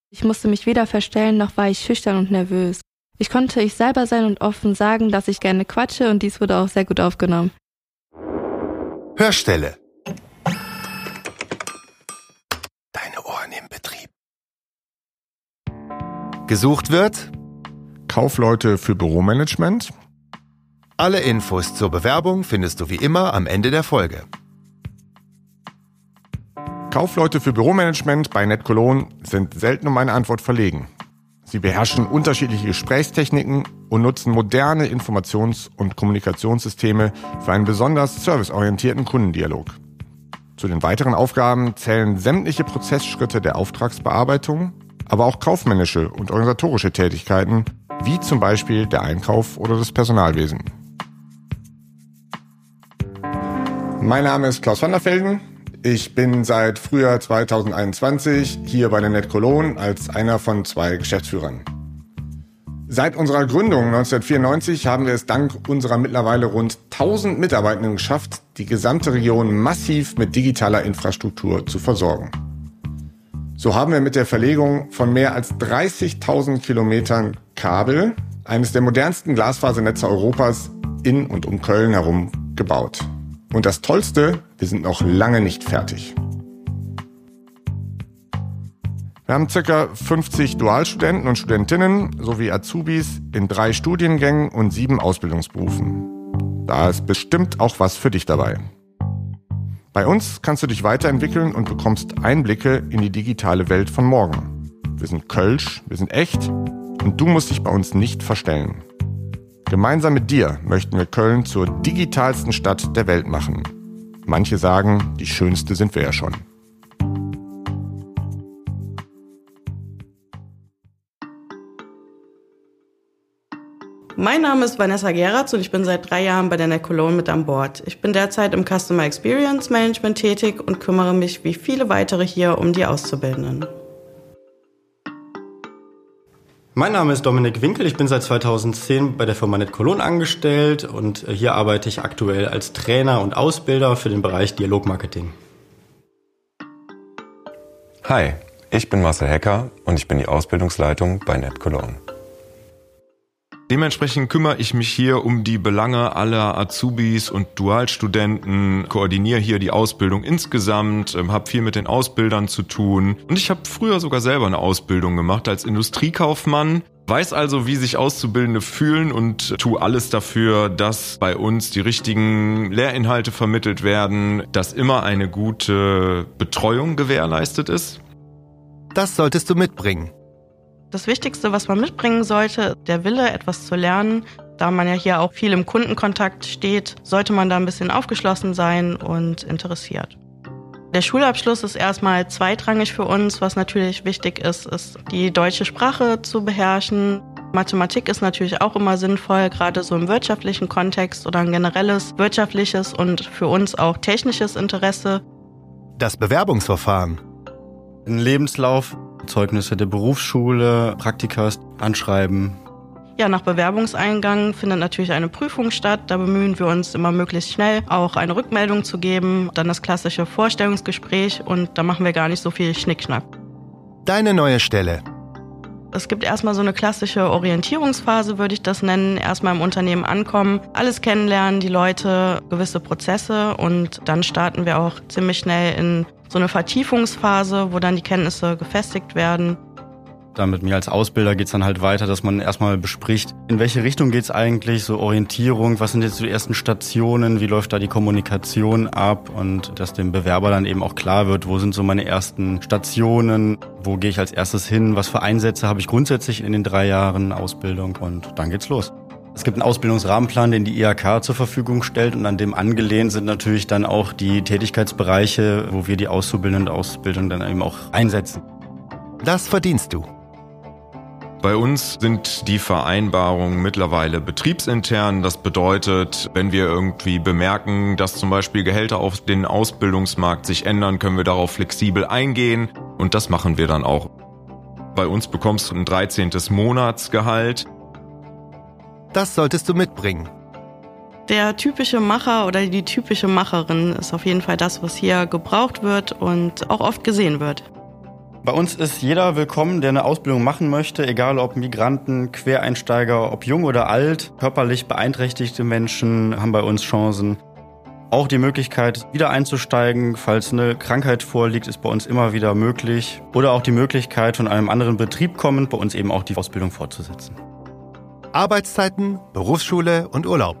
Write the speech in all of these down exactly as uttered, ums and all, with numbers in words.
Ich musste mich weder verstellen, noch war ich schüchtern und nervös. Ich konnte ich selber sein und offen sagen, dass ich gerne quatsche, und dies wurde auch sehr gut aufgenommen. Hörstelle. Deine Ohren im Betrieb. Gesucht wird Kaufleute für Büromanagement. Alle Infos zur Bewerbung findest du wie immer am Ende der Folge. Kaufleute für Büromanagement bei NetCologne sind selten um eine Antwort verlegen. Sie beherrschen unterschiedliche Gesprächstechniken und nutzen moderne Informations- und Kommunikationssysteme für einen besonders serviceorientierten Kundendialog. Zu den weiteren Aufgaben zählen sämtliche Prozessschritte der Auftragsbearbeitung, aber auch kaufmännische und organisatorische Tätigkeiten, wie zum Beispiel der Einkauf oder das Personalwesen. Mein Name ist Klaus van der Velden. Ich bin seit Frühjahr zwanzig einundzwanzig hier bei der NetCologne als einer von zwei Geschäftsführern. Seit unserer Gründung neunzehnhundertvierundneunzig haben wir es dank unserer mittlerweile rund tausend Mitarbeitenden geschafft, die gesamte Region massiv mit digitaler Infrastruktur zu versorgen. So haben wir mit der Verlegung von mehr als dreißigtausend Kilometern Kabel eines der modernsten Glasfasernetze Europas in und um Köln herum gebaut. Und das Tollste, wir sind noch lange nicht fertig. Wir haben ca. fünfzig Dualstudenten und Studentinnen sowie Azubis in drei Studiengängen und sieben Ausbildungsberufen. Da ist bestimmt auch was für dich dabei. Bei uns kannst du dich weiterentwickeln und bekommst Einblicke in die digitale Welt von morgen. Wir sind Kölsch, wir sind echt und du musst dich bei uns nicht verstellen. Gemeinsam mit dir möchten wir Köln zur digitalsten Stadt der Welt machen. Manche sagen, die schönste sind wir ja schon. Mein Name ist Vanessa Geratz und ich bin seit drei Jahren bei der NetCologne mit an Bord. Ich bin derzeit im Customer Experience Management tätig und kümmere mich wie viele weitere hier um die Auszubildenden. Mein Name ist Dominik Winkel, ich bin seit zweitausendzehn bei der Firma NetCologne angestellt und hier arbeite ich aktuell als Trainer und Ausbilder für den Bereich Dialogmarketing. Hi, ich bin Marcel Hecker und ich bin die Ausbildungsleitung bei NetCologne. Dementsprechend kümmere ich mich hier um die Belange aller Azubis und Dualstudenten, koordiniere hier die Ausbildung insgesamt, habe viel mit den Ausbildern zu tun. Und ich habe früher sogar selber eine Ausbildung gemacht als Industriekaufmann, weiß also, wie sich Auszubildende fühlen und tue alles dafür, dass bei uns die richtigen Lehrinhalte vermittelt werden, dass immer eine gute Betreuung gewährleistet ist. Das solltest du mitbringen. Das Wichtigste, was man mitbringen sollte, der Wille, etwas zu lernen. Da man ja hier auch viel im Kundenkontakt steht, sollte man da ein bisschen aufgeschlossen sein und interessiert. Der Schulabschluss ist erstmal zweitrangig für uns. Was natürlich wichtig ist, ist die deutsche Sprache zu beherrschen. Mathematik ist natürlich auch immer sinnvoll, gerade so im wirtschaftlichen Kontext oder ein generelles wirtschaftliches und für uns auch technisches Interesse. Das Bewerbungsverfahren. Ein Lebenslauf, Zeugnisse der Berufsschule, Praktikas, Anschreiben. Ja, nach Bewerbungseingang findet natürlich eine Prüfung statt. Da bemühen wir uns immer möglichst schnell auch eine Rückmeldung zu geben. Dann das klassische Vorstellungsgespräch und da machen wir gar nicht so viel Schnickschnack. Deine neue Stelle. Es gibt erstmal so eine klassische Orientierungsphase, würde ich das nennen. Erstmal im Unternehmen ankommen, alles kennenlernen, die Leute, gewisse Prozesse und dann starten wir auch ziemlich schnell in so eine Vertiefungsphase, wo dann die Kenntnisse gefestigt werden. Dann mit mir als Ausbilder geht's dann halt weiter, dass man erstmal bespricht, in welche Richtung geht's eigentlich, so Orientierung, was sind jetzt so die ersten Stationen, wie läuft da die Kommunikation ab und dass dem Bewerber dann eben auch klar wird, wo sind so meine ersten Stationen, wo gehe ich als erstes hin, was für Einsätze habe ich grundsätzlich in den drei Jahren Ausbildung und dann geht's los. Es gibt einen Ausbildungsrahmenplan, den die I H K zur Verfügung stellt und an dem angelehnt sind natürlich dann auch die Tätigkeitsbereiche, wo wir die Auszubildenden und Ausbildenden dann eben auch einsetzen. Das verdienst du. Bei uns sind die Vereinbarungen mittlerweile betriebsintern. Das bedeutet, wenn wir irgendwie bemerken, dass zum Beispiel Gehälter auf den Ausbildungsmarkt sich ändern, können wir darauf flexibel eingehen und das machen wir dann auch. Bei uns bekommst du ein dreizehntes Monatsgehalt. Das solltest du mitbringen. Der typische Macher oder die typische Macherin ist auf jeden Fall das, was hier gebraucht wird und auch oft gesehen wird. Bei uns ist jeder willkommen, der eine Ausbildung machen möchte, egal ob Migranten, Quereinsteiger, ob jung oder alt. Körperlich beeinträchtigte Menschen haben bei uns Chancen. Auch die Möglichkeit, wieder einzusteigen, falls eine Krankheit vorliegt, ist bei uns immer wieder möglich. Oder auch die Möglichkeit, von einem anderen Betrieb kommend, bei uns eben auch die Ausbildung fortzusetzen. Arbeitszeiten, Berufsschule und Urlaub.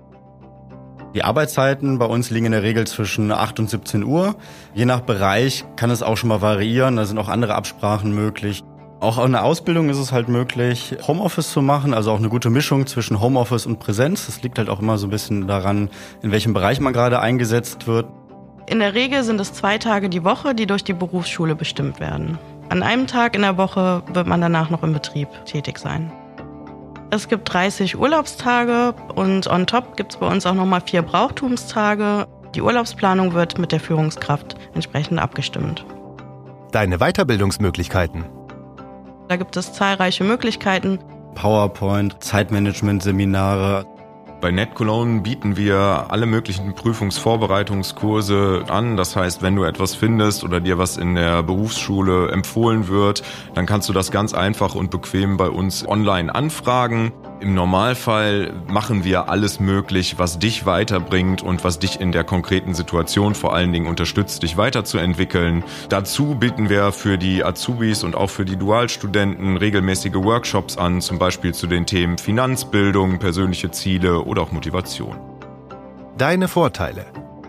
Die Arbeitszeiten bei uns liegen in der Regel zwischen acht und siebzehn Uhr. Je nach Bereich kann es auch schon mal variieren, da sind auch andere Absprachen möglich. Auch in der Ausbildung ist es halt möglich, Homeoffice zu machen, also auch eine gute Mischung zwischen Homeoffice und Präsenz. Das liegt halt auch immer so ein bisschen daran, in welchem Bereich man gerade eingesetzt wird. In der Regel sind es zwei Tage die Woche, die durch die Berufsschule bestimmt werden. An einem Tag in der Woche wird man danach noch im Betrieb tätig sein. Es gibt dreißig Urlaubstage und on top gibt es bei uns auch nochmal vier Brauchtumstage. Die Urlaubsplanung wird mit der Führungskraft entsprechend abgestimmt. Deine Weiterbildungsmöglichkeiten. Da gibt es zahlreiche Möglichkeiten. PowerPoint, Zeitmanagement-Seminare. Bei NetCologne bieten wir alle möglichen Prüfungsvorbereitungskurse an. Das heißt, wenn du etwas findest oder dir was in der Berufsschule empfohlen wird, dann kannst du das ganz einfach und bequem bei uns online anfragen. Im Normalfall machen wir alles möglich, was dich weiterbringt und was dich in der konkreten Situation vor allen Dingen unterstützt, dich weiterzuentwickeln. Dazu bieten wir für die Azubis und auch für die Dualstudenten regelmäßige Workshops an, zum Beispiel zu den Themen Finanzbildung, persönliche Ziele oder auch Motivation. Deine Vorteile.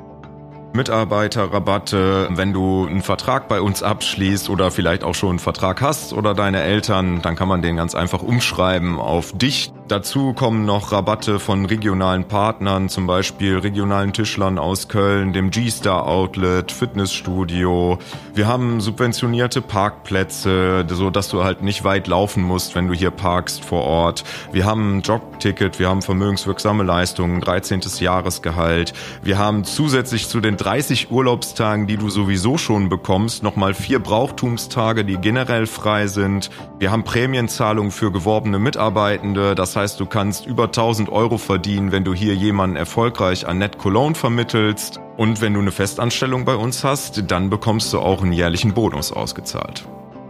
Mitarbeiterrabatte, wenn du einen Vertrag bei uns abschließt oder vielleicht auch schon einen Vertrag hast oder deine Eltern, dann kann man den ganz einfach umschreiben auf dich. Dazu kommen noch Rabatte von regionalen Partnern, zum Beispiel regionalen Tischlern aus Köln, dem G-Star Outlet, Fitnessstudio. Wir haben subventionierte Parkplätze, so dass du halt nicht weit laufen musst, wenn du hier parkst vor Ort. Wir haben ein Jobticket, wir haben vermögenswirksame Leistungen, dreizehntes Jahresgehalt. Wir haben zusätzlich zu den dreißig Urlaubstagen, die du sowieso schon bekommst, nochmal vier Brauchtumstage, die generell frei sind. Wir haben Prämienzahlungen für geworbene Mitarbeitende. Das heißt, du kannst über tausend Euro verdienen, wenn du hier jemanden erfolgreich an NetCologne vermittelst. Und wenn du eine Festanstellung bei uns hast, dann bekommst du auch einen jährlichen Bonus ausgezahlt.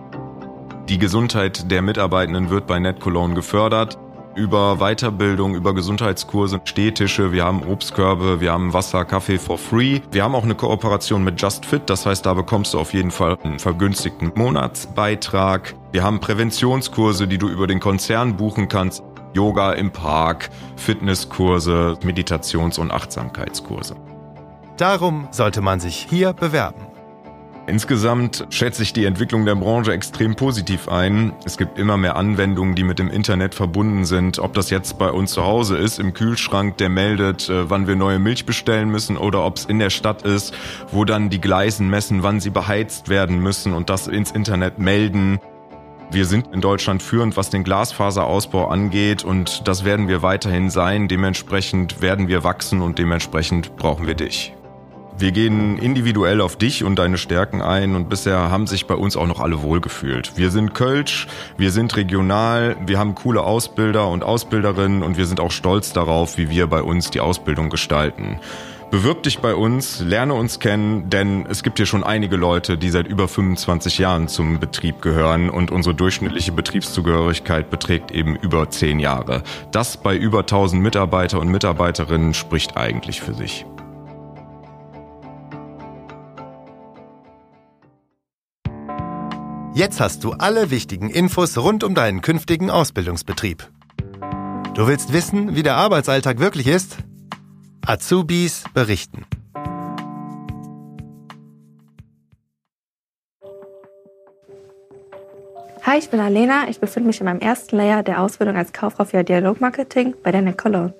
Die Gesundheit der Mitarbeitenden wird bei NetCologne gefördert. Über Weiterbildung, über Gesundheitskurse, Stehtische, wir haben Obstkörbe, wir haben Wasser, Kaffee for free. Wir haben auch eine Kooperation mit Just Fit, das heißt, da bekommst du auf jeden Fall einen vergünstigten Monatsbeitrag. Wir haben Präventionskurse, die du über den Konzern buchen kannst. Yoga im Park, Fitnesskurse, Meditations- und Achtsamkeitskurse. Darum sollte man sich hier bewerben. Insgesamt schätze ich die Entwicklung der Branche extrem positiv ein. Es gibt immer mehr Anwendungen, die mit dem Internet verbunden sind. Ob das jetzt bei uns zu Hause ist, im Kühlschrank, der meldet, wann wir neue Milch bestellen müssen, oder ob es in der Stadt ist, wo dann die Gleisen messen, wann sie beheizt werden müssen und das ins Internet melden. Wir sind in Deutschland führend, was den Glasfaserausbau angeht, und das werden wir weiterhin sein. Dementsprechend werden wir wachsen und dementsprechend brauchen wir dich. Wir gehen individuell auf dich und deine Stärken ein, und bisher haben sich bei uns auch noch alle wohlgefühlt. Wir sind Kölsch, wir sind regional, wir haben coole Ausbilder und Ausbilderinnen, und wir sind auch stolz darauf, wie wir bei uns die Ausbildung gestalten. Bewirb dich bei uns, lerne uns kennen, denn es gibt hier schon einige Leute, die seit über fünfundzwanzig Jahren zum Betrieb gehören, und unsere durchschnittliche Betriebszugehörigkeit beträgt eben über zehn Jahre. Das bei über tausend Mitarbeiter und Mitarbeiterinnen spricht eigentlich für sich. Jetzt hast du alle wichtigen Infos rund um deinen künftigen Ausbildungsbetrieb. Du willst wissen, wie der Arbeitsalltag wirklich ist? Azubis berichten. Hi, ich bin Alena. Ich befinde mich in meinem ersten Lehrjahr der Ausbildung als Kauffrau für Dialogmarketing bei der NetCologne.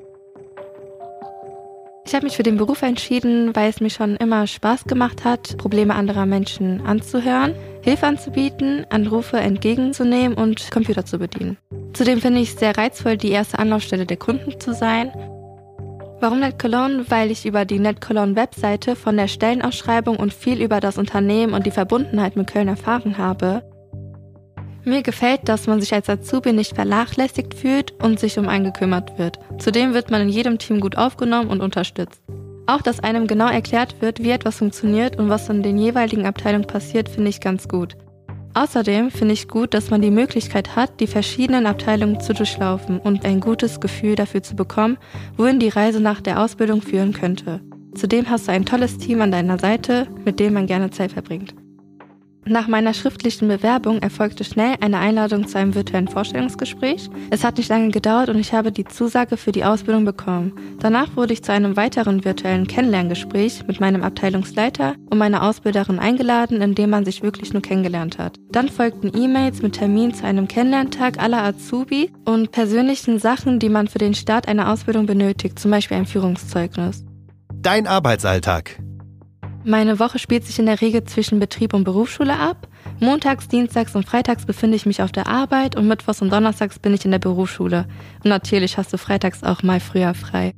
Ich habe mich für den Beruf entschieden, weil es mir schon immer Spaß gemacht hat, Probleme anderer Menschen anzuhören, Hilfe anzubieten, Anrufe entgegenzunehmen und Computer zu bedienen. Zudem finde ich es sehr reizvoll, die erste Anlaufstelle der Kunden zu sein. Warum NetCologne? Weil ich über die NetCologne-Webseite von der Stellenausschreibung und viel über das Unternehmen und die Verbundenheit mit Köln erfahren habe. Mir gefällt, dass man sich als Azubi nicht vernachlässigt fühlt und sich um einen gekümmert wird. Zudem wird man in jedem Team gut aufgenommen und unterstützt. Auch, dass einem genau erklärt wird, wie etwas funktioniert und was in den jeweiligen Abteilungen passiert, finde ich ganz gut. Außerdem finde ich gut, dass man die Möglichkeit hat, die verschiedenen Abteilungen zu durchlaufen und ein gutes Gefühl dafür zu bekommen, wohin die Reise nach der Ausbildung führen könnte. Zudem hast du ein tolles Team an deiner Seite, mit dem man gerne Zeit verbringt. Nach meiner schriftlichen Bewerbung erfolgte schnell eine Einladung zu einem virtuellen Vorstellungsgespräch. Es hat nicht lange gedauert und ich habe die Zusage für die Ausbildung bekommen. Danach wurde ich zu einem weiteren virtuellen Kennenlerngespräch mit meinem Abteilungsleiter und meiner Ausbilderin eingeladen, in dem man sich wirklich nur kennengelernt hat. Dann folgten E-Mails mit Termin zu einem Kennenlerntag aller Azubi und persönlichen Sachen, die man für den Start einer Ausbildung benötigt, zum Beispiel ein Führungszeugnis. Dein Arbeitsalltag. Meine Woche spielt sich in der Regel zwischen Betrieb und Berufsschule ab. Montags, Dienstags und Freitags befinde ich mich auf der Arbeit und Mittwochs und Donnerstags bin ich in der Berufsschule. Und natürlich hast du freitags auch mal früher frei.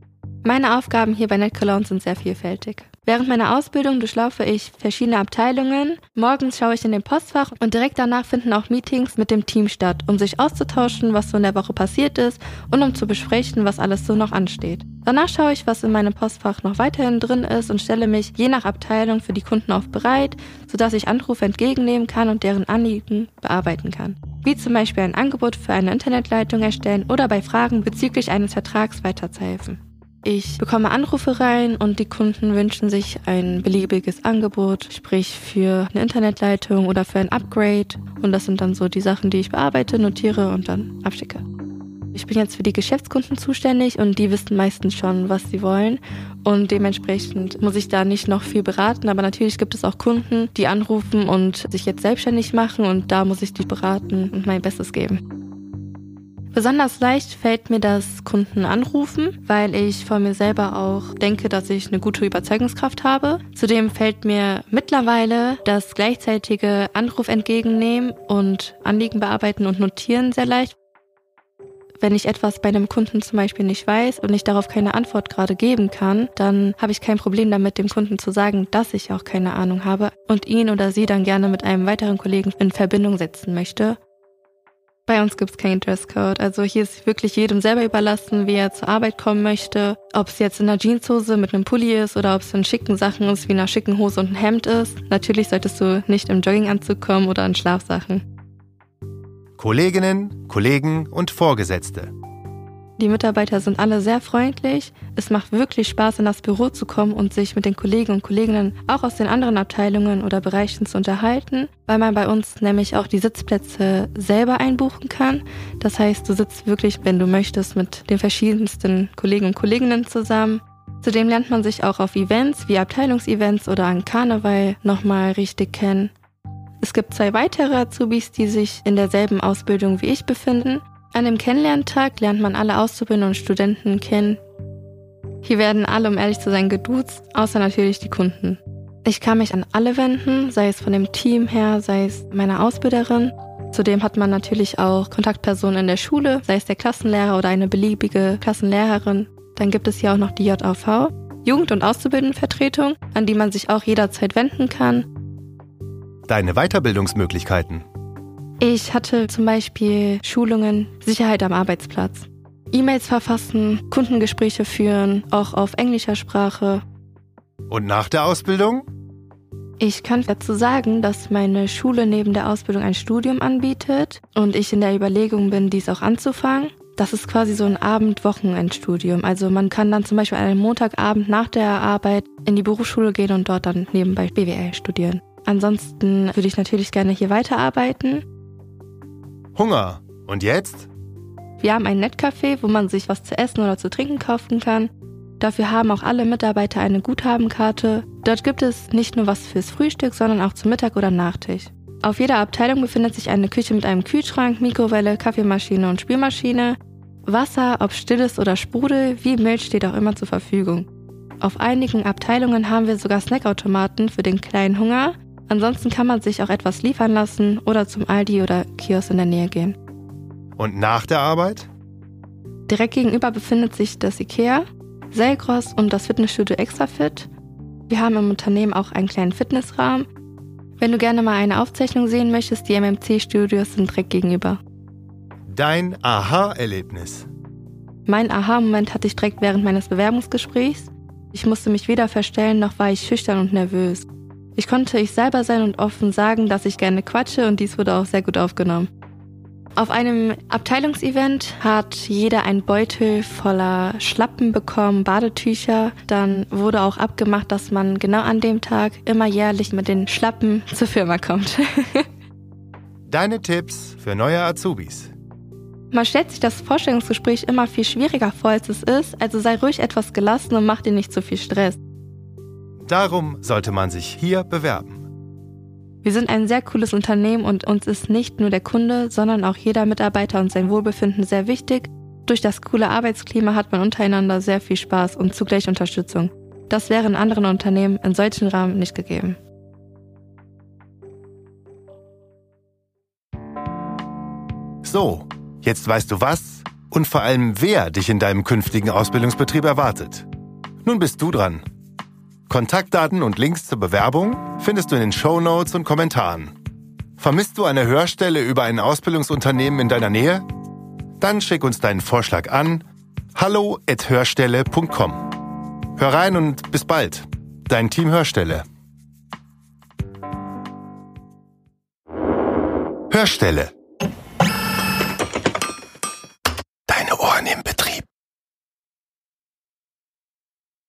Meine Aufgaben hier bei NetCologne sind sehr vielfältig. Während meiner Ausbildung durchlaufe ich verschiedene Abteilungen. Morgens schaue ich in den Postfach und direkt danach finden auch Meetings mit dem Team statt, um sich auszutauschen, was so in der Woche passiert ist und um zu besprechen, was alles so noch ansteht. Danach schaue ich, was in meinem Postfach noch weiterhin drin ist und stelle mich je nach Abteilung für die Kunden auf bereit, sodass ich Anrufe entgegennehmen kann und deren Anliegen bearbeiten kann. Wie zum Beispiel ein Angebot für eine Internetleitung erstellen oder bei Fragen bezüglich eines Vertrags weiterzuhelfen. Ich bekomme Anrufe rein und die Kunden wünschen sich ein beliebiges Angebot, sprich für eine Internetleitung oder für ein Upgrade. Und das sind dann so die Sachen, die ich bearbeite, notiere und dann abschicke. Ich bin jetzt für die Geschäftskunden zuständig und die wissen meistens schon, was sie wollen. Und dementsprechend muss ich da nicht noch viel beraten. Aber natürlich gibt es auch Kunden, die anrufen und sich jetzt selbstständig machen und da muss ich die beraten und mein Bestes geben. Besonders leicht fällt mir das Kunden anrufen, weil ich von mir selber auch denke, dass ich eine gute Überzeugungskraft habe. Zudem fällt mir mittlerweile das gleichzeitige Anruf entgegennehmen und Anliegen bearbeiten und notieren sehr leicht. Wenn ich etwas bei einem Kunden zum Beispiel nicht weiß und ich darauf keine Antwort gerade geben kann, dann habe ich kein Problem damit, dem Kunden zu sagen, dass ich auch keine Ahnung habe und ihn oder sie dann gerne mit einem weiteren Kollegen in Verbindung setzen möchte. Bei uns gibt es keinen Dresscode, also hier ist wirklich jedem selber überlassen, wie er zur Arbeit kommen möchte. Ob es jetzt in einer Jeanshose mit einem Pulli ist oder ob es in schicken Sachen ist, wie in einer schicken Hose und ein Hemd ist. Natürlich solltest du nicht im Jogginganzug kommen oder in Schlafsachen. Kolleginnen, Kollegen und Vorgesetzte. Die Mitarbeiter sind alle sehr freundlich. Es macht wirklich Spaß, in das Büro zu kommen und sich mit den Kollegen und Kolleginnen auch aus den anderen Abteilungen oder Bereichen zu unterhalten, weil man bei uns nämlich auch die Sitzplätze selber einbuchen kann. Das heißt, du sitzt wirklich, wenn du möchtest, mit den verschiedensten Kollegen und Kolleginnen zusammen. Zudem lernt man sich auch auf Events wie Abteilungsevents oder an Karneval nochmal richtig kennen. Es gibt zwei weitere Azubis, die sich in derselben Ausbildung wie ich befinden. An dem Kennenlerntag lernt man alle Auszubildenden und Studenten kennen. Hier werden alle, um ehrlich zu sein, geduzt, außer natürlich die Kunden. Ich kann mich an alle wenden, sei es von dem Team her, sei es meiner Ausbilderin. Zudem hat man natürlich auch Kontaktpersonen in der Schule, sei es der Klassenlehrer oder eine beliebige Klassenlehrerin. Dann gibt es hier auch noch die J A V, Jugend- und Auszubildendenvertretung, an die man sich auch jederzeit wenden kann. Deine Weiterbildungsmöglichkeiten. Ich hatte zum Beispiel Schulungen, Sicherheit am Arbeitsplatz, E-Mails verfassen, Kundengespräche führen, auch auf englischer Sprache. Und nach der Ausbildung? Ich kann dazu sagen, dass meine Schule neben der Ausbildung ein Studium anbietet und ich in der Überlegung bin, dies auch anzufangen. Das ist quasi so ein Abend-Wochenendstudium. Also man kann dann zum Beispiel an einem Montagabend nach der Arbeit in die Berufsschule gehen und dort dann nebenbei B W L studieren. Ansonsten würde ich natürlich gerne hier weiterarbeiten. Hunger. Und jetzt? Wir haben ein Netcafé, wo man sich was zu essen oder zu trinken kaufen kann. Dafür haben auch alle Mitarbeiter eine Guthabenkarte. Dort gibt es nicht nur was fürs Frühstück, sondern auch zum Mittag oder Nachtisch. Auf jeder Abteilung befindet sich eine Küche mit einem Kühlschrank, Mikrowelle, Kaffeemaschine und Spülmaschine. Wasser, ob stilles oder Sprudel, wie Milch steht auch immer zur Verfügung. Auf einigen Abteilungen haben wir sogar Snackautomaten für den kleinen Hunger. Ansonsten kann man sich auch etwas liefern lassen oder zum Aldi oder Kiosk in der Nähe gehen. Und nach der Arbeit? Direkt gegenüber befindet sich das IKEA, Selgros und das Fitnessstudio Extrafit. Wir haben im Unternehmen auch einen kleinen Fitnessraum. Wenn du gerne mal eine Aufzeichnung sehen möchtest, die M M C-Studios sind direkt gegenüber. Dein Aha-Erlebnis. Mein Aha-Moment hatte ich direkt während meines Bewerbungsgesprächs. Ich musste mich weder verstellen, noch war ich schüchtern und nervös. Ich konnte ich selber sein und offen sagen, dass ich gerne quatsche und dies wurde auch sehr gut aufgenommen. Auf einem Abteilungsevent hat jeder einen Beutel voller Schlappen bekommen, Badetücher. Dann wurde auch abgemacht, dass man genau an dem Tag immer jährlich mit den Schlappen zur Firma kommt. Deine Tipps für neue Azubis. Man stellt sich das Vorstellungsgespräch immer viel schwieriger vor, als es ist, also sei ruhig etwas gelassen und mach dir nicht zu viel Stress. Darum sollte man sich hier bewerben. Wir sind ein sehr cooles Unternehmen und uns ist nicht nur der Kunde, sondern auch jeder Mitarbeiter und sein Wohlbefinden sehr wichtig. Durch das coole Arbeitsklima hat man untereinander sehr viel Spaß und zugleich Unterstützung. Das wäre in anderen Unternehmen in solchen Rahmen nicht gegeben. So, jetzt weißt du was und vor allem wer dich in deinem künftigen Ausbildungsbetrieb erwartet. Nun bist du dran. Kontaktdaten und Links zur Bewerbung findest du in den Shownotes und Kommentaren. Vermisst du eine Hörstelle über ein Ausbildungsunternehmen in deiner Nähe? Dann schick uns deinen Vorschlag an hallo at hörstelle punkt com. Hör rein und bis bald. Dein Team Hörstelle. Hörstelle.